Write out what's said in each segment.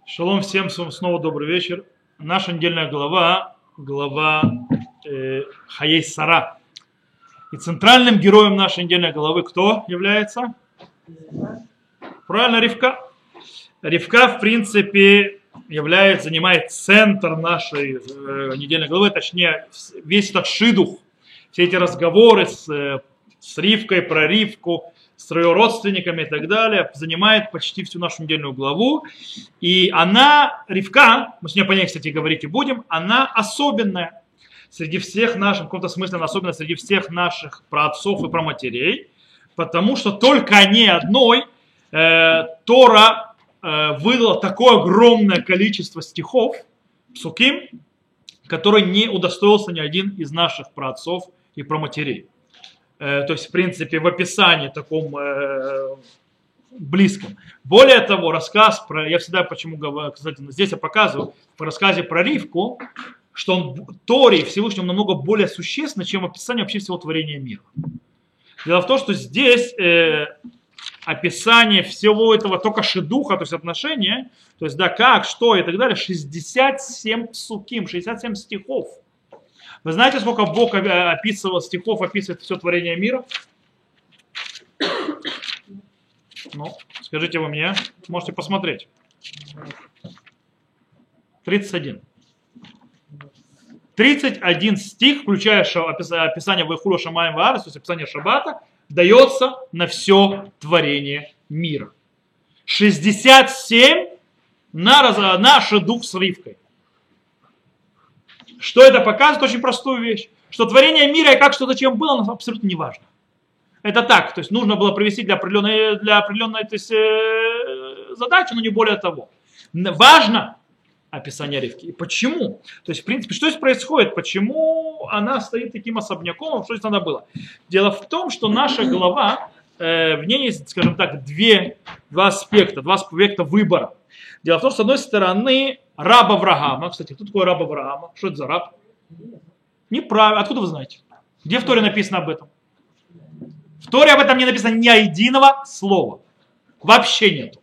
Шалом всем, снова добрый вечер. Наша недельная глава Хаей Сара. И центральным героем нашей недельной главы кто является? Правильно, Ривка. Ривка, в принципе, занимает центр нашей недельной главы, точнее, весь этот шидух, все эти разговоры с Ривкой, про Ривку, с ее родственниками и так далее, занимает почти всю нашу недельную главу. И она, Ривка, мы с ней по ней, кстати, говорить и будем, она особенная среди всех наших, в каком-то смысле она особенная среди всех наших праотцов и праматерей, потому что только о ней одной Тора выдала такое огромное количество стихов, псуким, который не удостоился ни один из наших праотцов и праматерей. То есть, в принципе, в описании таком близком. Более того, рассказ про, я всегда почему говорю, кстати, здесь я показываю, в рассказе про Ривку, что он Торе Всевышнему намного более существенно, чем описание вообще всего творения мира. Дело в том, что здесь описание всего этого только шедуха, то есть отношения, то есть да, как, что и так далее, 67 псуким, 67 стихов. Вы знаете, сколько Бог стихов описывает все творение мира? Ну, скажите вы мне, можете посмотреть. 31. 31 стих, включая описание Вайхула Шамаем Ваарес, то есть описание Шаббата, дается на все творение мира. 67 на шедух с Ривкой. Что это показывает? Очень простую вещь. Что творение мира и как что зачем было, нам абсолютно не важно. Это так. То есть нужно было провести для определенной то есть, задачи, но не более того. Важно описание Ривки. Почему? То есть, в принципе, что здесь происходит? Почему она стоит таким особняком? Что здесь надо было? Дело в том, что наша глава, в ней есть, скажем так, два аспекта, два аспекта выбора. Дело в том, что, с одной стороны, раб Авраама. Кстати, кто такой раб Авраама? Что это за раб? Неправильно. Откуда вы знаете? Где в Торе написано об этом? В Торе об этом не написано ни единого слова. Вообще нету.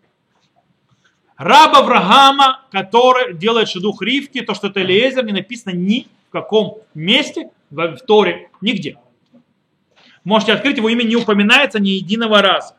Раб Авраама, который делает шедух Ривки, то, что это Элиэзер, не написано ни в каком месте в Торе. Нигде. Можете открыть, его имя не упоминается ни единого раза.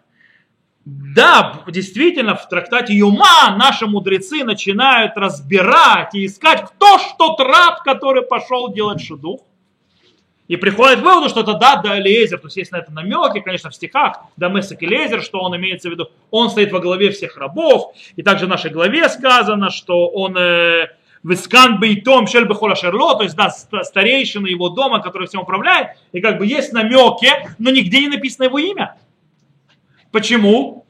Да, действительно, в трактате Юма наши мудрецы начинают разбирать и искать, кто ж тот раб, который пошел делать шедух. И приходит к выводу, что это да Элиэзер. То есть есть на это намеки, конечно, в стихах, Дамесек Элиэзер, что он имеется в виду, он стоит во главе всех рабов. И также в нашей главе сказано, что он Вискан Бейтом Шель Бехола Шерло, то есть да, старейшина его дома, который всем управляет. И как бы есть намеки, но нигде не написано его имя. Почему?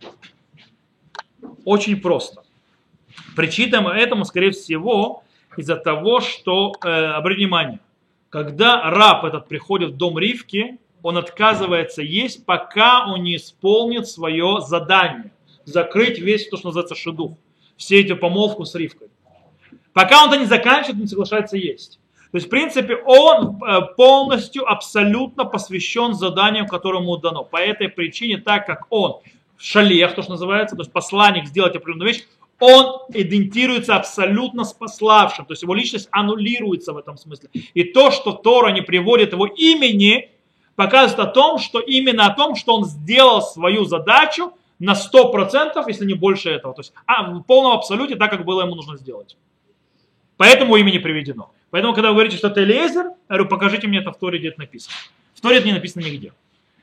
Очень просто. Причина этому, скорее всего, из-за того, что, обратите внимание, когда раб этот приходит в дом Ривки, он отказывается есть, пока он не исполнит свое задание. Закрыть весь то, что называется шедух. Все эти помолвку с Ривкой. Пока он это не заканчивает, он не соглашается есть. То есть, в принципе, он полностью, абсолютно посвящен заданию, которое ему дано. По этой причине, так как он шалех, то, что называется, то есть посланник сделать определенную вещь, он идентифицируется абсолютно с пославшим. То есть его личность аннулируется в этом смысле. И то, что Тора не приводит его имени, показывает о том, что именно о том, что он сделал свою задачу на 100%, если не больше этого. То есть в полном абсолюте, так, как было ему нужно сделать. Поэтому имя не приведено. Поэтому, когда вы говорите, что это Элиэзер, я говорю, покажите мне это в Торе, где это написано. В Торе это не написано нигде.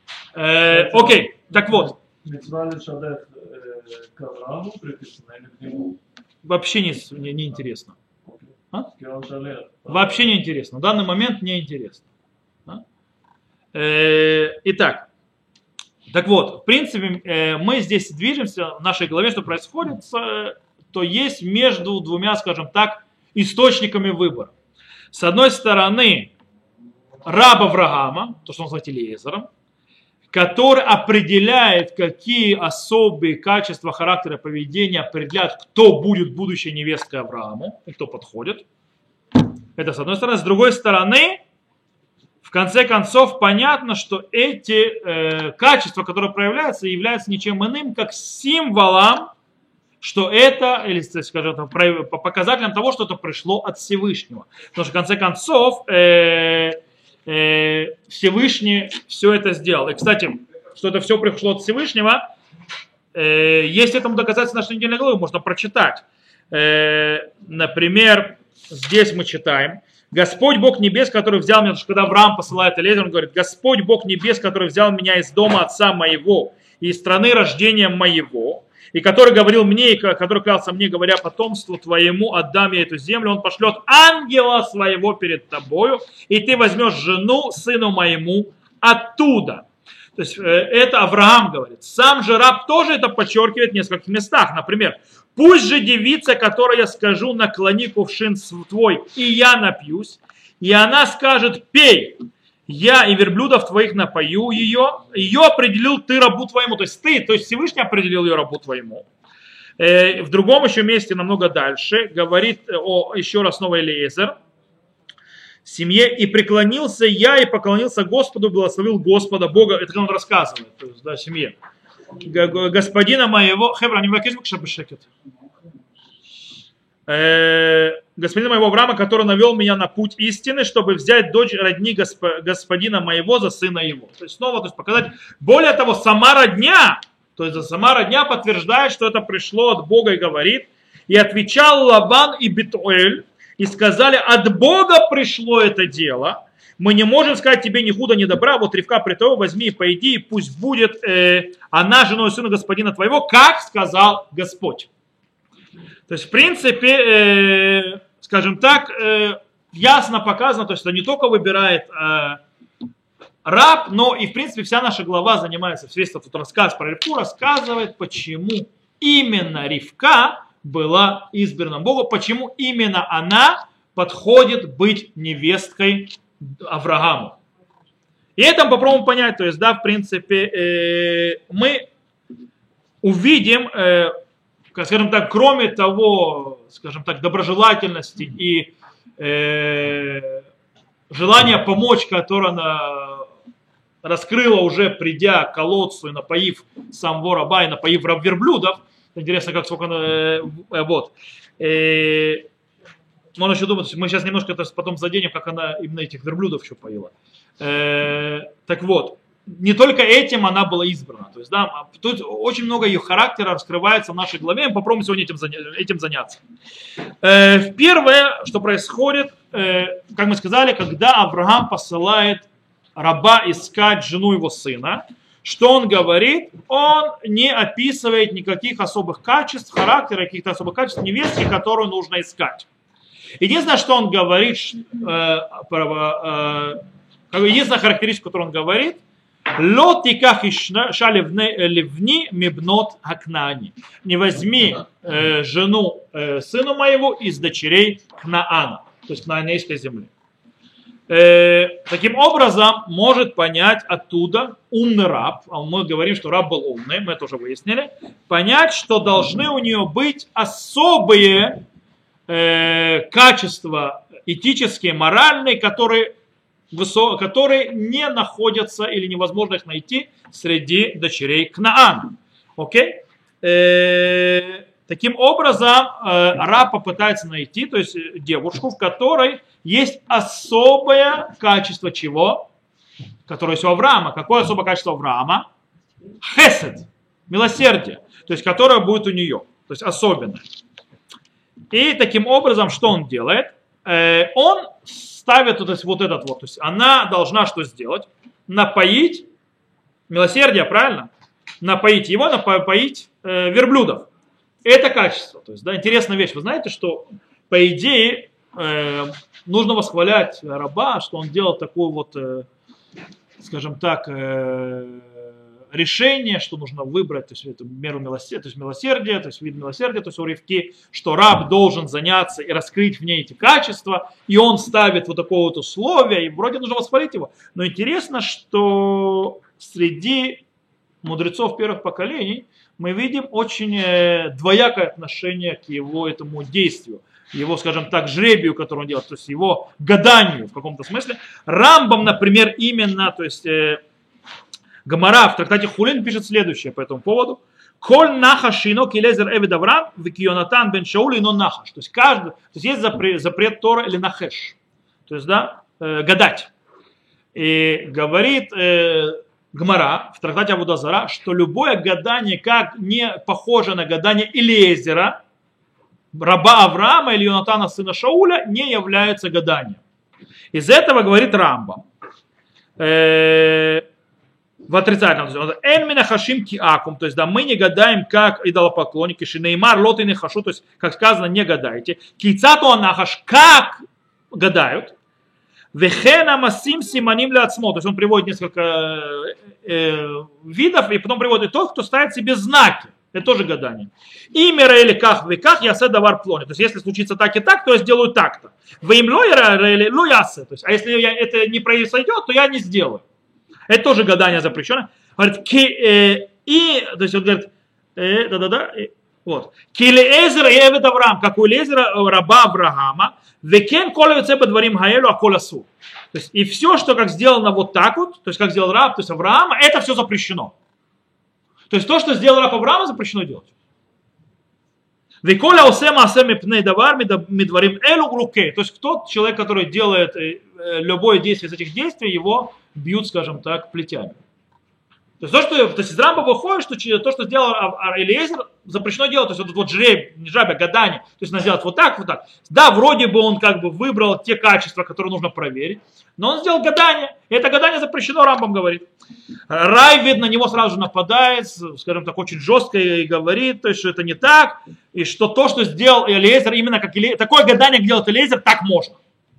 Окей, так вот. Вообще не интересно. А? Вообще не интересно. В данный момент не интересно. Итак. Так вот, в принципе, мы здесь движемся в нашей голове, что происходит, то есть между двумя, скажем так, источниками выбора. С одной стороны, раб Авраама, то, что он называет Элиэзером, который определяет, какие особые качества характера поведения определяют, кто будет будущей невесткой Аврааму и кто подходит. Это с одной стороны. С другой стороны, в конце концов, понятно, что эти качества, которые проявляются, являются ничем иным, как символом что это, или, скажем, показателем того, что это пришло от Всевышнего. Потому что, в конце концов, Всевышний все это сделал. И, кстати, что это все пришло от Всевышнего, есть этому доказательство нашей недельной главы, можно прочитать. Например, здесь мы читаем: Господь Бог небес, который взял меня, когда Авраам посылает Элиезер, он говорит: Господь Бог небес, который взял меня из дома отца моего и из страны рождения моего, и который говорил мне, и который клялся мне, говоря: потомству твоему отдам я эту землю, он пошлет ангела своего перед тобою, и ты возьмешь жену сыну моему оттуда. То есть это Авраам говорит. Сам же раб тоже это подчеркивает в нескольких местах. Например: пусть же девица, которой я скажу, наклони кувшин твой, и я напьюсь, и она скажет: пей, я и верблюдов твоих напою ее определил ты рабу твоему. То есть Всевышний определил ее рабу твоему. В другом еще месте, намного дальше, говорит еще раз снова Элиезер, семье: и преклонился я и поклонился Господу, благословил Господа Бога. Это он рассказывает, то есть, да, семье. Господина моего, Хевра, не выкинь, чтобы шекет. Господина моего Авраама, который навел меня на путь истины, чтобы взять дочь родни господина моего за сына его. То есть снова, показать. Более того, сама родня подтверждает, что это пришло от Бога, и говорит: и отвечал Лаван и Бетуэль, и сказали: от Бога пришло это дело, мы не можем сказать тебе ни худа, ни добра, вот Ривка притова возьми и пойди, и пусть будет она женой сына господина твоего, как сказал Господь. То есть, в принципе, скажем так, ясно показано, то есть это не только выбирает раб, но и, в принципе, вся наша глава занимается, весь этот рассказ про Ривку рассказывает, почему именно Ривка была избрана Богу, почему именно она подходит быть невесткой Аврааму. И это мы попробуем понять, то есть, да, в принципе, мы увидим, скажем так, кроме того, скажем так, доброжелательности и желания помочь, которое она раскрыла уже, придя к колодцу и напоив самого раба, и напоив верблюдов. Интересно, как сколько она... Вот. Можно еще думать, мы сейчас немножко это потом заденем, как она именно этих верблюдов еще поила. Так вот. Не только этим она была избрана. То есть, да, тут очень много ее характера раскрывается в нашей главе. Мы попробуем сегодня этим заняться. Первое, что происходит, как мы сказали, когда Авраам посылает раба искать жену его сына, что он говорит? Он не описывает никаких особых качеств, характера, каких-то особых качеств невестки, которую нужно искать. Единственное, что он говорит, единственная характеристика, которую он говорит: Ло тиках иша ливни мибнот хакнани. Не возьми жену сына моего из дочерей Кнаана, то есть кнаанейской земли. Таким образом, может понять оттуда умный раб, а мы говорим, что раб был умный, мы это уже выяснили, понять, что должны у нее быть особые качества этические, моральные, которые не находятся или невозможно их найти среди дочерей Кнаана. Окей? Таким образом, раб попытается найти, то есть девушку, в которой есть особое качество чего? Которое есть у Авраама. Какое особое качество Авраама? Хесед, милосердие, то есть которое будет у нее, то есть особенное. И таким образом, что он делает? Он ставит то есть, вот этот вот, то есть она должна что сделать? Напоить милосердие, правильно? Напоить его, напоить верблюдов. Это качество. То есть, да, интересная вещь. Вы знаете, что по идее нужно восхвалять раба, что он делал такое вот, скажем так, решение, что нужно выбрать, то есть эту меру милосердия, то есть вид милосердия, то есть у Ривки, что раб должен заняться и раскрыть в ней эти качества, и он ставит вот такое вот условие, и вроде нужно восхвалить его. Но интересно, что среди мудрецов первых поколений мы видим очень двоякое отношение к его этому действию, его, скажем так, жребию, который он делает, то есть его гаданию в каком-то смысле. Рамбам, например, именно, то есть Гемара в трактате Хулин пишет следующее по этому поводу. Коль нахаш шинок и лезер эвид Авраам, викионатан бен Шауль и нон нахаш. То есть есть запрет Тора или нахеш. То есть, да, гадать. И говорит Гмара в трактате Авода Зара, что любое гадание, как не похоже на гадание Элиезера, раба Авраама или Йонатана, сына Шауля, не является гаданием. Из этого говорит Рамбам. В отрицательном. Эн мина хашим ки акум. То есть, да, мы не гадаем, как идолопоклонники. Шинеймар лот и не хашу. То есть, как сказано, не гадайте. Кицату анахаш. Как гадают. Вехена масим симаним ля ацмо. То есть, он приводит несколько видов. И потом приводит тот, кто ставит себе знаки. Это тоже гадание. Имера или ках веках ясе давар плони. То есть, если случится так и так, то я сделаю так-то. Вы им лоера или лоясе. То есть, а если это не произойдет, то я не сделаю. Это тоже гадание запрещено. Говорит, то есть он говорит, вот. Килеезер и Эвед Авраам, как у Элиезера раба Авраама, векен кола цеба дворим гаэлю аколасу. То есть и все, что как сделано вот так вот, то есть как сделал раб, то есть Авраама, это все запрещено. То есть то, что сделал раб Авраама, запрещено делать. Веколя усема асеми пней давар мидварим элю руке. То есть тот человек, который делает любое действие из этих действий, его бьют, скажем так, плетями. То есть, из Рамба выходит, что то, что сделал Элиезер, запрещено делать. То есть, вот жребий, не жребий, а гадание. То есть, надо сделать вот так, вот так. Да, вроде бы он как бы выбрал те качества, которые нужно проверить, но он сделал гадание. И это гадание запрещено, Рамбам говорит. Рай, на него сразу же нападает, скажем так, очень жестко и говорит, то есть, что это не так, и что то, что сделал Элиезер, именно как Элиезер, такое гадание, как делает Элиезер, так можно.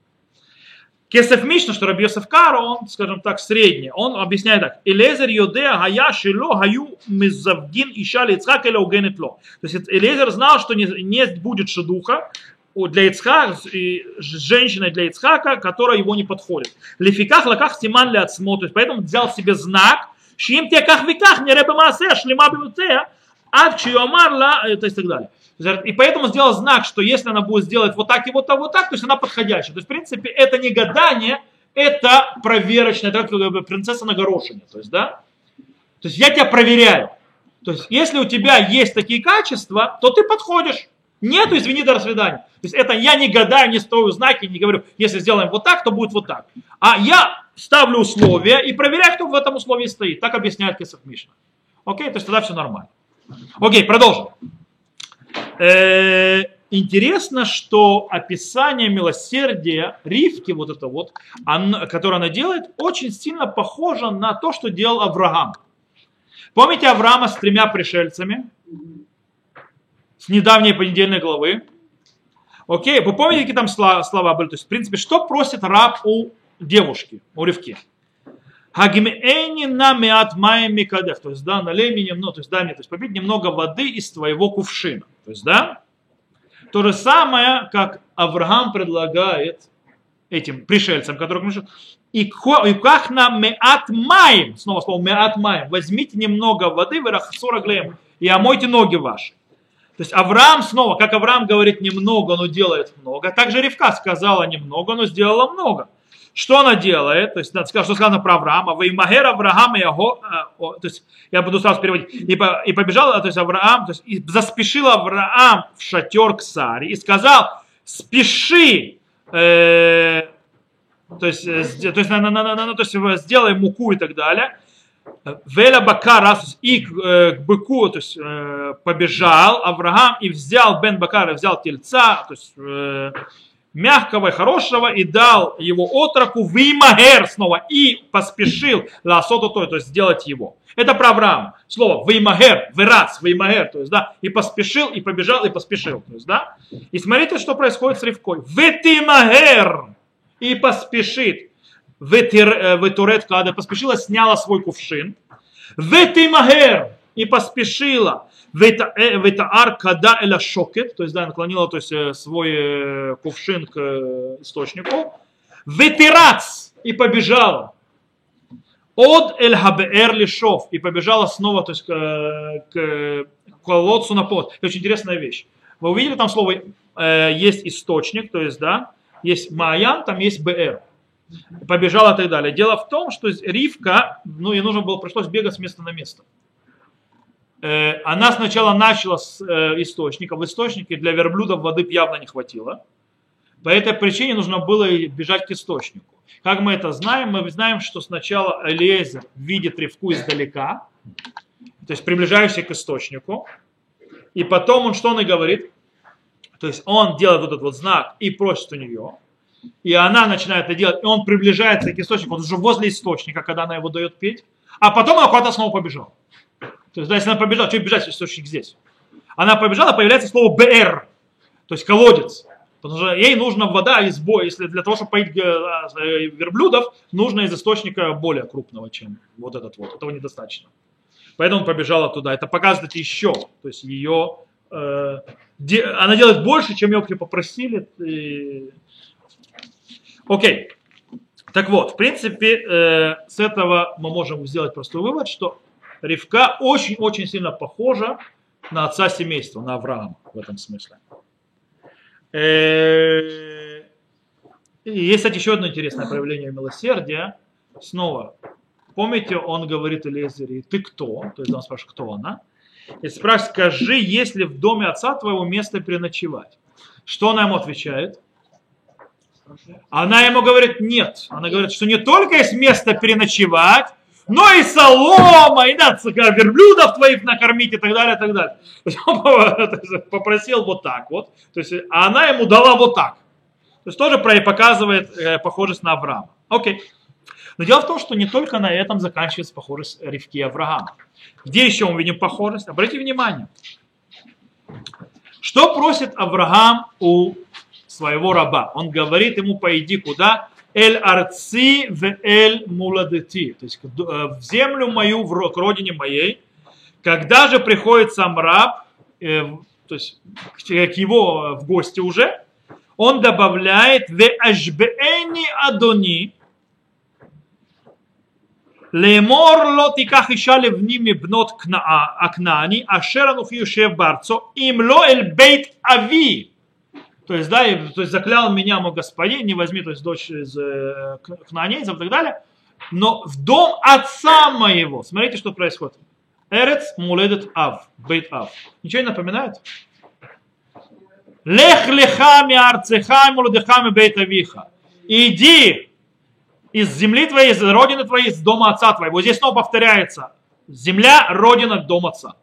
Кесеф Мишна, что Раби Йосеф Каро, он, скажем так, средний. Он объясняет так. Элиезер йодеа гая шило гаю мизавгин иша лицхак или угенет ло. То есть Элиезер знал, что не будет шедуха для Ицхака, женщины для Ицхака, которая его не подходит. Лификах лаках симан ля ацмо. То есть поэтому взял себе знак, шим те ках виках не ребе маасе шлема бимутея, ад чиомар ла, то есть так далее. И поэтому сделал знак, что если она будет сделать вот так и вот так, то есть она подходящая. То есть, в принципе, это не гадание, это проверочное, это как принцесса на горошине. То есть, да? То есть я тебя проверяю. То есть, если у тебя есть такие качества, то ты подходишь. Нету, извини, до свидания. То есть, это я не гадаю, не строю знаки, не говорю, если сделаем вот так, то будет вот так. А я ставлю условия и проверяю, кто в этом условии стоит. Так объясняет Кесеф Мишна. Окей, то есть тогда все нормально. Окей, продолжим. Интересно, что описание милосердия Ривки, вот это вот, которое она делает, очень сильно похоже на то, что делал Авраам. Помните Авраама с 3 пришельцами? С недавней понедельной главы. Окей, вы помните, какие там слова были? То есть, в принципе, что просит раб у девушки, у Ривки? Хагимэйни на меат маем микадех. То есть, да, налей мне немного, то есть, дай мне, то есть, попить немного воды из твоего кувшина. То есть, да, то же самое, как Авраам предлагает этим пришельцам, которые пришли. И как на меат маем, снова слово меат маем, возьмите немного воды, вырахсораглеем, и омойте ноги ваши. То есть Авраам снова, как Авраам говорит немного, но делает много, также Ривка сказала немного, но сделала много. Что она делает? То есть, что сказано про Авраама. Веймагер Авраама его, то есть, я буду сразу переводить. И побежал, то есть, Авраам, то есть, и заспешил Авраам в шатер к Саре и сказал, спеши, то есть сделай муку и так далее. Веля Бакара, и к быку, то есть, побежал Авраам и взял Бен Бакара, взял тельца, то есть, мягкого и хорошего, и дал его отроку веймагер снова, и поспешил ласоту, то есть сделать его. Это про Авраама. Слово веймагер, верац, веймагер, то есть, да, и поспешил, и побежал, и поспешил, то есть, да. И смотрите, что происходит с Ривкой. Ветимагер, и поспешит. Ветурет, когда поспешила, сняла свой кувшин. Ветимагер, и поспешила. Ветаар када эля шокет, то есть, да, наклонила, то есть, свой кувшин к источнику. Ветирац, и побежала. Од эль хабеэр лишов, и побежала снова, то есть, к колодцу на пот. Это очень интересная вещь. Вы увидели, там слово есть источник, то есть, да, есть Маян, там есть БР. Побежала и так далее. Дело в том, что Ривка, ну, ей нужно было, пришлось бегать с места на место. Она сначала начала с источника. В источнике для верблюдов воды явно не хватило. По этой причине нужно было бежать к источнику. Как мы это знаем? Мы знаем, что сначала Элиэзер видит Ривку издалека, то есть приближающийся к источнику. И потом он что он и говорит? То есть он делает вот этот вот знак и просит у нее. И она начинает это делать. И он приближается к источнику. Он уже возле источника, когда она его дает петь. А потом она куда-то снова побежала. То есть, да, если она побежала, что бежать, источник здесь? Она побежала, появляется слово БР. То есть колодец. Потому что ей нужна вода из боя. Если для того, чтобы поить верблюдов, нужно из источника более крупного, чем вот этот вот. Этого недостаточно. Поэтому побежала туда. Это показывает еще. То есть ее... она делает больше, чем ее попросили. Окей. Так вот, в принципе, с этого мы можем сделать простой вывод, что Ривка очень-очень сильно похожа на отца семейства, на Авраама в этом смысле. И есть, кстати, еще одно интересное проявление милосердия. Снова, помните, он говорит Элиэзеру: ты кто? То есть он спрашивает, кто она? И спрашивает: скажи, есть ли в доме отца твоего место переночевать? Что она ему отвечает? Она ему говорит: нет. Она говорит, что не только есть место переночевать, но и солома, и надо верблюдов твоих накормить и так далее, и так далее. Он попросил вот так вот, то есть, а она ему дала вот так. То есть тоже показывает похожесть на Авраама. Окей. Но дело в том, что не только на этом заканчивается похожесть Ривки и Авраама. Где еще мы видим похожесть? Обратите внимание. Что просит Авраам у своего раба? Он говорит ему: пойди куда? Эль арци в эль муладети, то есть в землю мою, к родине моей. Когда же приходит сам раб, то есть к его в гости уже, он добавляет: ве ашбеэни адони лемор ло тиках иша левними бнот акнани ашер анухи юшев барцо им ло эль бейт ави. То есть, да, то есть заклял меня мой господин, не возьми, то есть дочь из кнаанейцев и так далее, но в дом отца моего. Смотрите, что происходит. Эрец муледет ав, бейт ав. Ничего не напоминает? Лех леха ми арцеха муледеха ми бейт авиха. Иди из земли твоей, из родины твоей, из дома отца твоего. Здесь снова повторяется. Земля, родина, дом отца.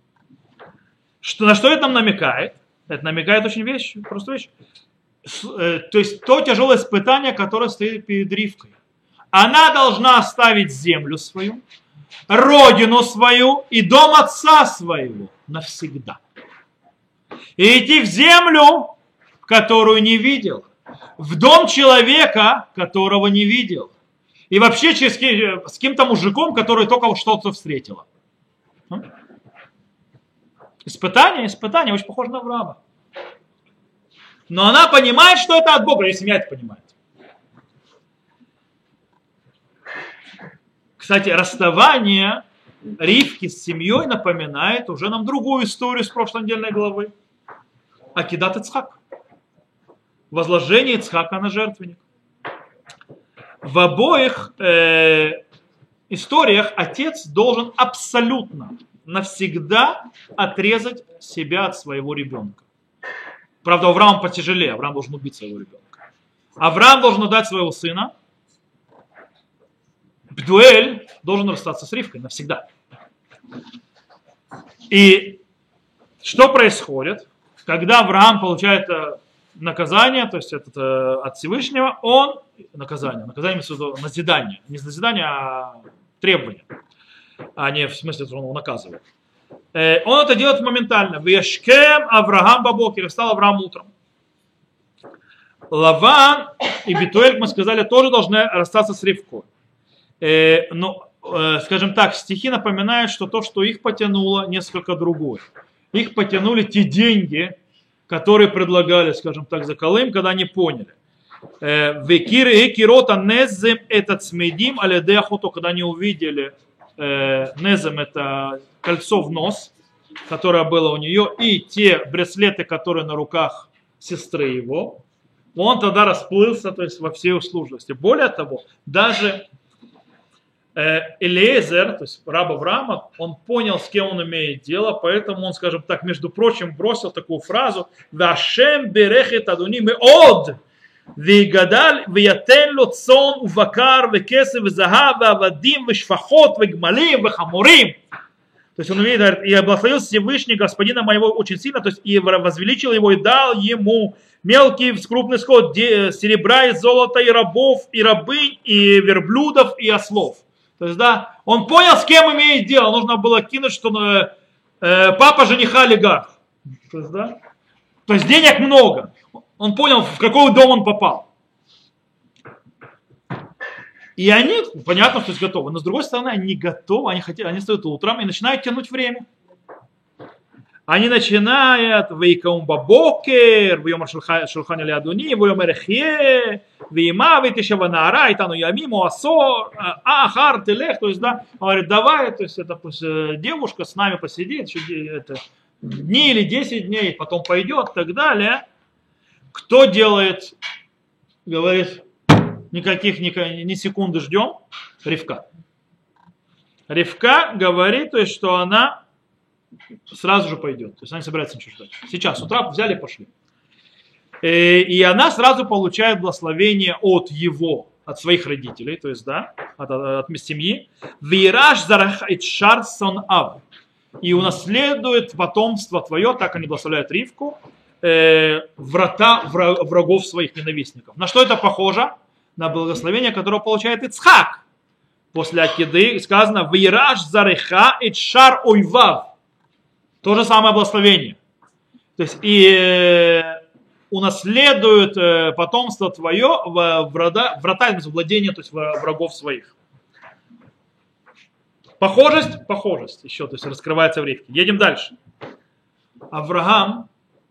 На что это нам намекает? Это намекает очень простую вещь. То есть то тяжелое испытание, которое стоит перед Ривкой. Она должна оставить землю свою, родину свою и дом отца своего навсегда. И идти в землю, которую не видел, в дом человека, которого не видел. И вообще с кем-то мужиком, который только что-то встретила. Испытание очень похоже на Авраама. Но она понимает, что это от Бога, если семья это понимает. Кстати, расставание Ривки с семьей напоминает уже нам другую историю с прошлой недельной главы. Акидат Ицхак. Возложение Ицхака на жертвенник. В обоих историях отец должен абсолютно навсегда отрезать себя от своего ребенка. Правда, Авраам потяжелее. Авраам должен убить своего ребенка. Авраам должен отдать своего сына. Бетуэль должен расстаться с Ривкой навсегда. И что происходит? Когда Авраам получает наказание, то есть это от Всевышнего, он... Наказание имеется в виду назидание. Не назидание, а требование. А не в смысле, что он его наказывает. Он это делает моментально. Вешкем Авраам бабокер. Встал Авраам утром. Лаван и Бетуэль, мы сказали, тоже должны расстаться с Ривкой. Но, скажем так, стихи напоминают, что то, что их потянуло, несколько другое. Их потянули те деньги, которые предлагали, скажем так, за Колым, когда они поняли. Векирота незем этот смедим, аледеахото, когда они увидели незем, это кольцо в нос, которое было у нее, и те браслеты, которые на руках сестры его, он тогда расплылся, то есть во всей услужливости. Более того, даже Элиезер, то есть раб Авраама, он понял, с кем он имеет дело, поэтому он, скажем так, между прочим, бросил такую фразу «Вашем берехет адуни меод, вегадаль, веятен ло цон, увакар, векесе, везахав, вавадим, вешфахот, вегмалим, вехамурим». То есть он увидит, говорит, «И благословил Всевышний господина моего очень сильно», то есть и возвеличил его, и дал ему мелкий, крупный скот, серебра и золота, и рабов, и рабынь, и верблюдов, и ослов. То есть, да, он понял, с кем имеет дело. Нужно было кинуть, что папа жениха олигарх. То есть, да, то есть денег много. Он понял, в какой дом он попал. И они, понятно, что есть готовы. Но с другой стороны, они не готовы. Они встают утром и начинают тянуть время. Они начинают «Вейкаум бабокер», «Вейомар шулхан леадуни», «Вейомар эхе», «Вейма, вейтешава наара», «Итану ямиму асор», «Ахар телех». То есть, да, он говорит, давай, то есть, это пусть девушка с нами посидит, это, дни или 10 дней, потом пойдет и так далее. Кто делает, говорит, никаких, ни секунды ждем? Ривка. Ривка говорит, то есть, что она сразу же пойдет. То есть она не собирается ничего ждать. Сейчас, с утра взяли и пошли. И она сразу получает благословение от его, от своих родителей, то есть, да, от семьи. Вираж зарах итшар сон ав. И унаследует потомство твое, так они благословляют Ривку, врата врагов своих ненавистников. На что это похоже? На благословение, которое получает Ицхак. После Акиды сказано «Вираж зареха итшар ойвав». То же самое благословение. То есть и унаследует потомство твое врата владения, то есть врагов своих. Похожесть еще, то есть раскрывается в Ривке. Едем дальше. Авраам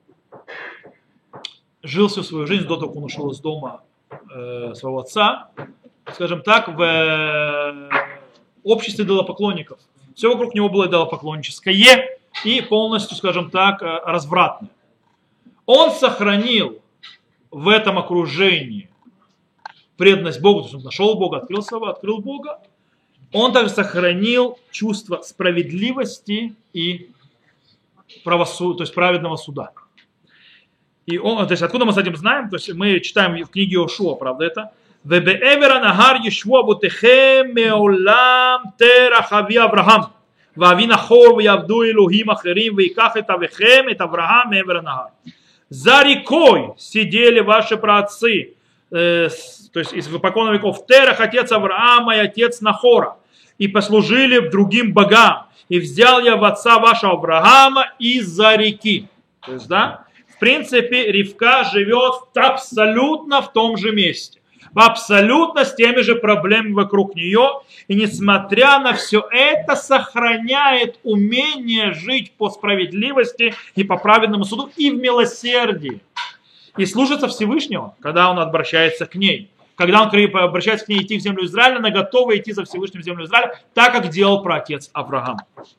жил всю свою жизнь до того, как он ушел из дома своего отца, скажем так, в обществе идолопоклонников. Все вокруг него было идолопоклонническое и полностью, скажем так, развратное. Он сохранил в этом окружении преданность Богу, то есть он нашел Бога, открыл Бога. Он также сохранил чувство справедливости и правосудия, то есть праведного суда. И он, то есть откуда мы с этим знаем? То есть мы читаем в книге Иошуа, правда это? «Вебеэвер анахар ешву абутехем меолам терах ави Авраам, вави нахор вявду элохим ахерим, вейках эт авихем эт Авраам меэвер анахар». За рекой сидели ваши праотцы, то есть из покойных веков, Терах, отец Авраама и отец Нахора, и послужили другим богам, и взял я в отца вашего Авраама из-за реки. То есть, да, в принципе, Ривка живет абсолютно в том же месте, абсолютно с теми же проблемами вокруг нее, и несмотря на все это, сохраняет умение жить по справедливости и по праведному суду, и в милосердии. И служится Всевышнего, когда он обращается к ней. Когда он обращается к ней идти в землю Израиля, она готова идти за Всевышним в землю Израиля, так как делал праотец Авраам.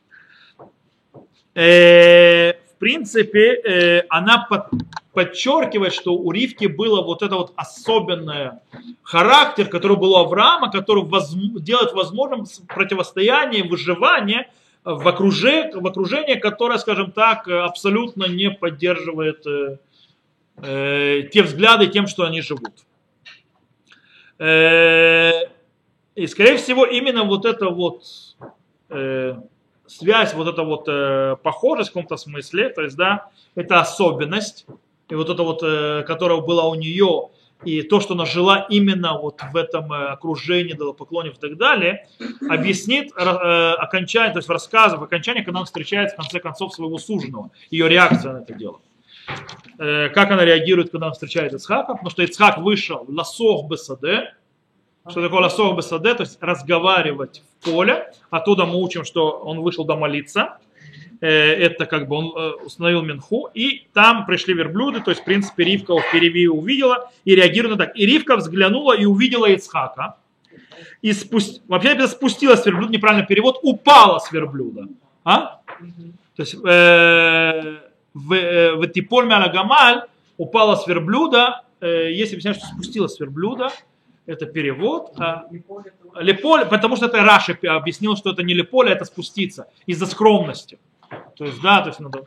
В принципе, она подчеркивает, что у Ривки было вот это вот особенный характер, который был у Авраама, который делает возможным противостояние, выживание в окружении, которое, скажем так, абсолютно не поддерживает те взгляды тем, что они живут. И, скорее всего, именно вот эта вот связь, вот эта вот похожесть в каком-то смысле, то есть, да, это особенность, и вот это вот, которая была у нее, и то, что она жила именно вот в этом окружении идолопоклонников и так далее, объяснит окончание, то есть в рассказах, окончание, когда она встречает в конце концов своего суженого, ее реакция на это дело. Как она реагирует, когда она встречает Ицхака, потому что Ицхак вышел ласох бесаде. Что такое ласох бесаде? То есть разговаривать в поле. Оттуда мы учим, что он вышел домолиться. Это как бы он установил минху. И там пришли верблюды, то есть в принципе Ривка впереди увидела и реагирует на так. И Ривка взглянула и увидела Ицхака. И вообще спустилась с верблюда, неправильный перевод, упала с верблюда. То есть в Типоль Мялагамаль упала с верблюда, если объясняют, что спустилась с верблюда, Это перевод. Леполь, потому что это Раши объяснил, что это не леполь, а это спуститься из-за скромности. То есть, да, то есть надо...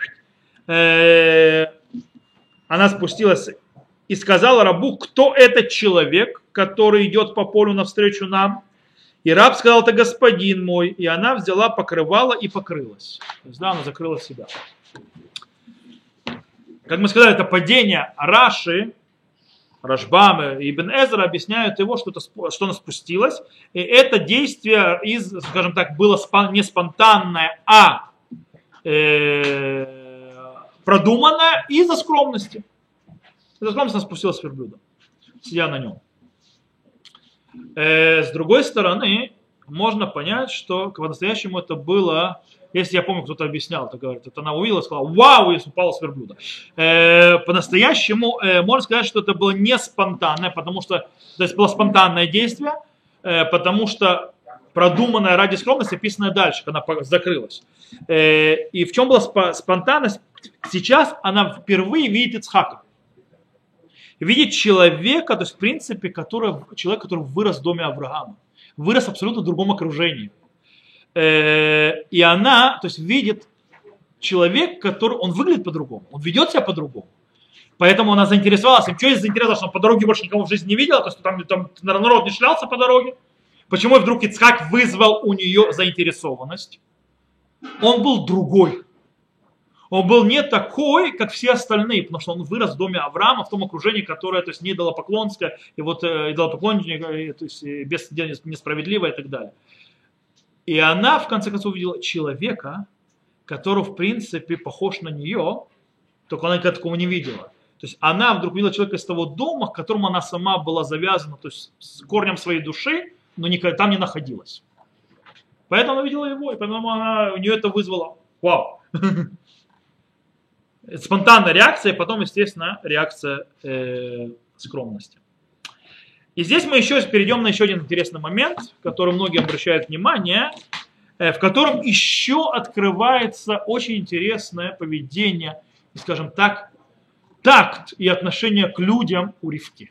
Она спустилась и сказала рабу, кто этот человек, который идет по полю навстречу нам. И раб сказал, это господин мой. И она взяла покрывало и покрылась. То есть, да, она закрыла себя. Как мы сказали, это падение Раши, Рашбам и Ибн Эзра объясняют его, что она спустилась. И это действие, скажем так, было не спонтанное, а продуманное из-за скромности. Из-за скромности она спустилась с верблюда, сидя на нем. С другой стороны, можно понять, что по-настоящему это было, если я помню, кто-то объяснял, то говорит, это она увидела и сказала, вау, и упала с верблюда. По-настоящему можно сказать, что это было не спонтанное, потому что, то есть было спонтанное действие, потому что продуманное ради скромности, описанное дальше, она закрылась. И в чем была спонтанность? Сейчас она впервые видит Ицхака. Видит человека, то есть в принципе, человек, который вырос в доме Авраама, вырос в абсолютно другом окружении. И она, то есть видит человек, который, он выглядит по-другому, он ведет себя по-другому. Поэтому она заинтересовалась им. Что есть заинтересовалась, что он по дороге больше никого в жизни не видела, то есть там народ не шлялся по дороге. Почему вдруг Ицхак вызвал у нее заинтересованность? Он был другой. Он был не такой, как все остальные, потому что он вырос в доме Авраама, в том окружении, которое, то есть, не идолопоклонское, и вот идолопоклонничное, то есть, несправедливое и так далее. И она, в конце концов, увидела человека, который, в принципе, похож на нее, только она никогда такого не видела. То есть она вдруг увидела человека из того дома, к которому она сама была завязана, то есть с корнем своей души, но никогда там не находилась. Поэтому она видела его, и поэтому у нее это вызвало вау. Спонтанная реакция, и потом, естественно, реакция скромности. И здесь мы еще перейдем на еще один интересный момент, в который многие обращают внимание, в котором еще открывается очень интересное поведение, скажем так, такт и отношение к людям у Ривки.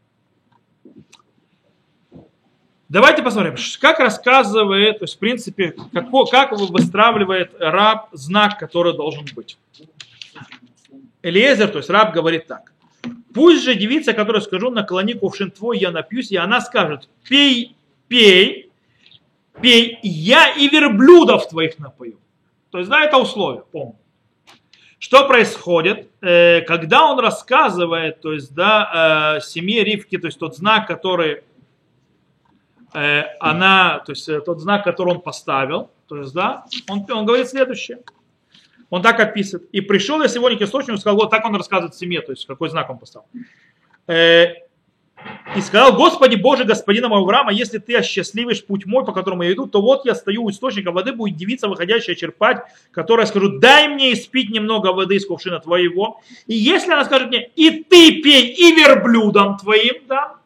Давайте посмотрим, как рассказывает, то есть в принципе, как выстраивает раб знак, который должен быть. Элиезер, то есть раб, говорит так. Пусть же девица, которую скажу, наклони кувшин твой, я напьюсь, и она скажет, пей, пей, пей, я и верблюдов твоих напою. То есть, да, это условие, помню. Что происходит, когда он рассказывает, то есть, да, семье Ривки, то есть тот знак, который то есть тот знак, который он поставил, то есть, да, он говорит следующее. Он так описывает. И пришел я сегодня к источнику, сказал, вот так он рассказывает семье, то есть какой знак он поставил. И сказал, Господи Боже, господина моего Авраама, если ты осчастливишь путь мой, по которому я иду, то вот я стою у источника воды, будет девица, выходящая черпать, которая скажу, дай мне испить немного воды из кувшина твоего. И если она скажет мне, и ты пей, и верблюдом твоим, да,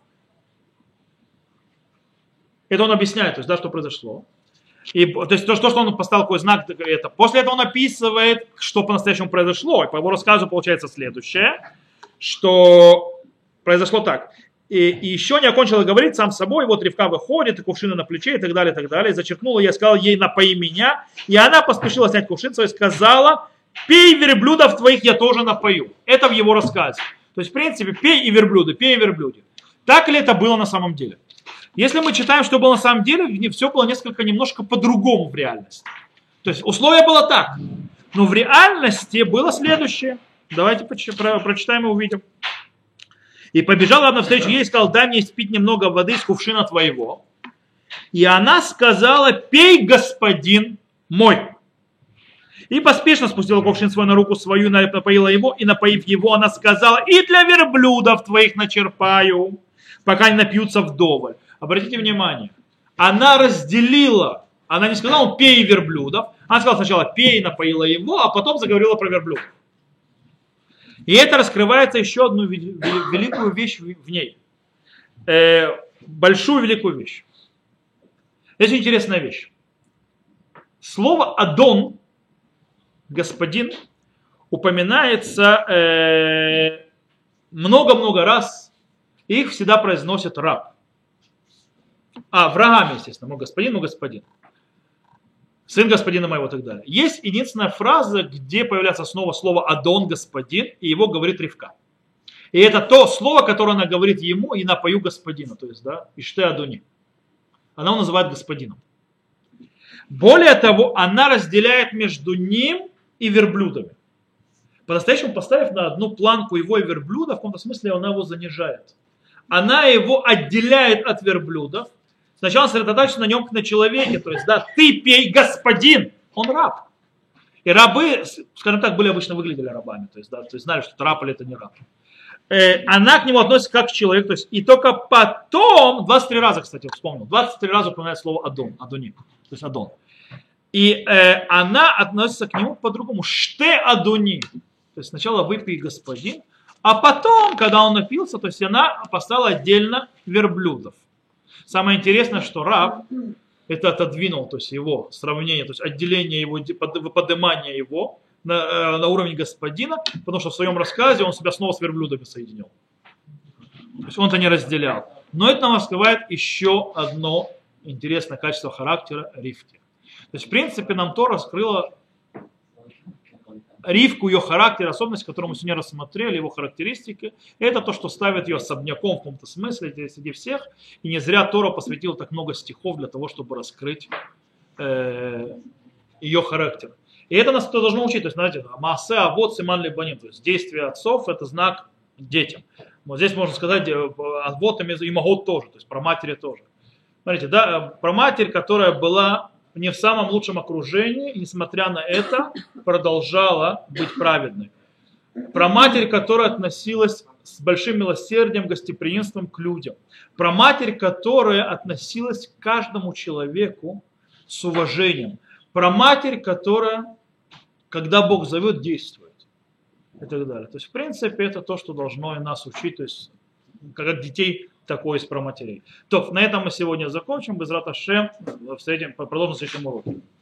это он объясняет, то есть, да, что произошло. И, то есть то, что он поставил такой знак, это. После этого он описывает, что по-настоящему произошло. И по его рассказу получается следующее, что произошло так. И еще не окончила говорить сам собой, вот Ривка выходит, и кувшины на плече, и так далее, и так далее. И зачерпнула, я сказал ей, напои меня. И она поспешила снять кувшин свой и сказала, пей верблюдов твоих, я тоже напою. Это в его рассказе. То есть, в принципе, пей и верблюды, пей и верблюды. Так ли это было на самом деле? Если мы читаем, что было на самом деле, все было немножко по-другому в реальности. То есть условие было так. Но в реальности было следующее. Давайте прочитаем и увидим. И побежала навстречу ей и сказал, дай мне испить немного воды из кувшина твоего. И она сказала, пей, господин мой. И поспешно спустила кувшин свой на руку свою, напоила его, и напоив его, она сказала, и для верблюдов твоих начерпаю, пока не напьются вдоволь. Обратите внимание, она разделила, она не сказала, пей верблюдов, она сказала сначала пей, напоила его, а потом заговорила про верблюдов. И это раскрывается еще одну великую вещь в ней. Большую великую вещь. Это интересная вещь. Слово «адон», господин, упоминается много-много раз, и их всегда произносит раб. врагами, естественно, мой господин. Сын господина моего и так далее. Есть единственная фраза, где появляется снова слово «Адон, господин», и его говорит Ривка. И это то слово, которое она говорит ему и напою господину, то есть, да, Иште Адони. Она его называет господином. Более того, она разделяет между ним и верблюдами. По-настоящему поставив на одну планку его и верблюда, в каком-то смысле она его занижает. Она его отделяет от верблюдов. Сначала сосредотачивается на нем, как на человеке. То есть, да, ты пей, господин, он раб. И рабы, скажем так, были обычно выглядели рабами. То есть, да, то есть знали, что раб или это не раб. Она к нему относится как к человеку. То есть, и только потом, 23 раза, кстати, вспомнил, 23 раза упоминает слово Адон, Адони, то есть Адон. И она относится к нему по-другому. Ште Адони. То есть сначала выпей, господин, а потом, когда он напился, то есть она поставила отдельно верблюдов. Самое интересное, что раб это отодвинул, то есть его сравнение, то есть отделение его, поднимание его на уровень господина, потому что в своем рассказе он себя снова с верблюдами соединил. То есть он это не разделял. Но это нам раскрывает еще одно интересное качество характера Ривки. То есть, в принципе, нам то раскрыло Ривку, ее характер, особенность, которую мы сегодня рассмотрели, его характеристики, это то, что ставит ее особняком в каком-то смысле среди всех. И не зря Тора посвятила так много стихов для того, чтобы раскрыть ее характер. И это нас кто должно учить. То есть, знаете, Маасе Авот Симан Лебаним, то есть действие отцов это знак детям. Вот здесь можно сказать, Авот и Магот тоже, то есть про матери тоже. Смотрите, да, про матерь, которая была не в самом лучшем окружении, и несмотря на это, продолжала быть праведной. Про матерь, которая относилась с большим милосердием, гостеприимством к людям. Про матерь, которая относилась к каждому человеку с уважением. Про матерь, которая, когда Бог зовет, действует. И так далее. То есть, в принципе, это то, что должно и нас учить. То есть, как детей, такое есть про матерей. То, на этом мы сегодня закончим. Безрат Ашем. Продолжим в следующем уроке.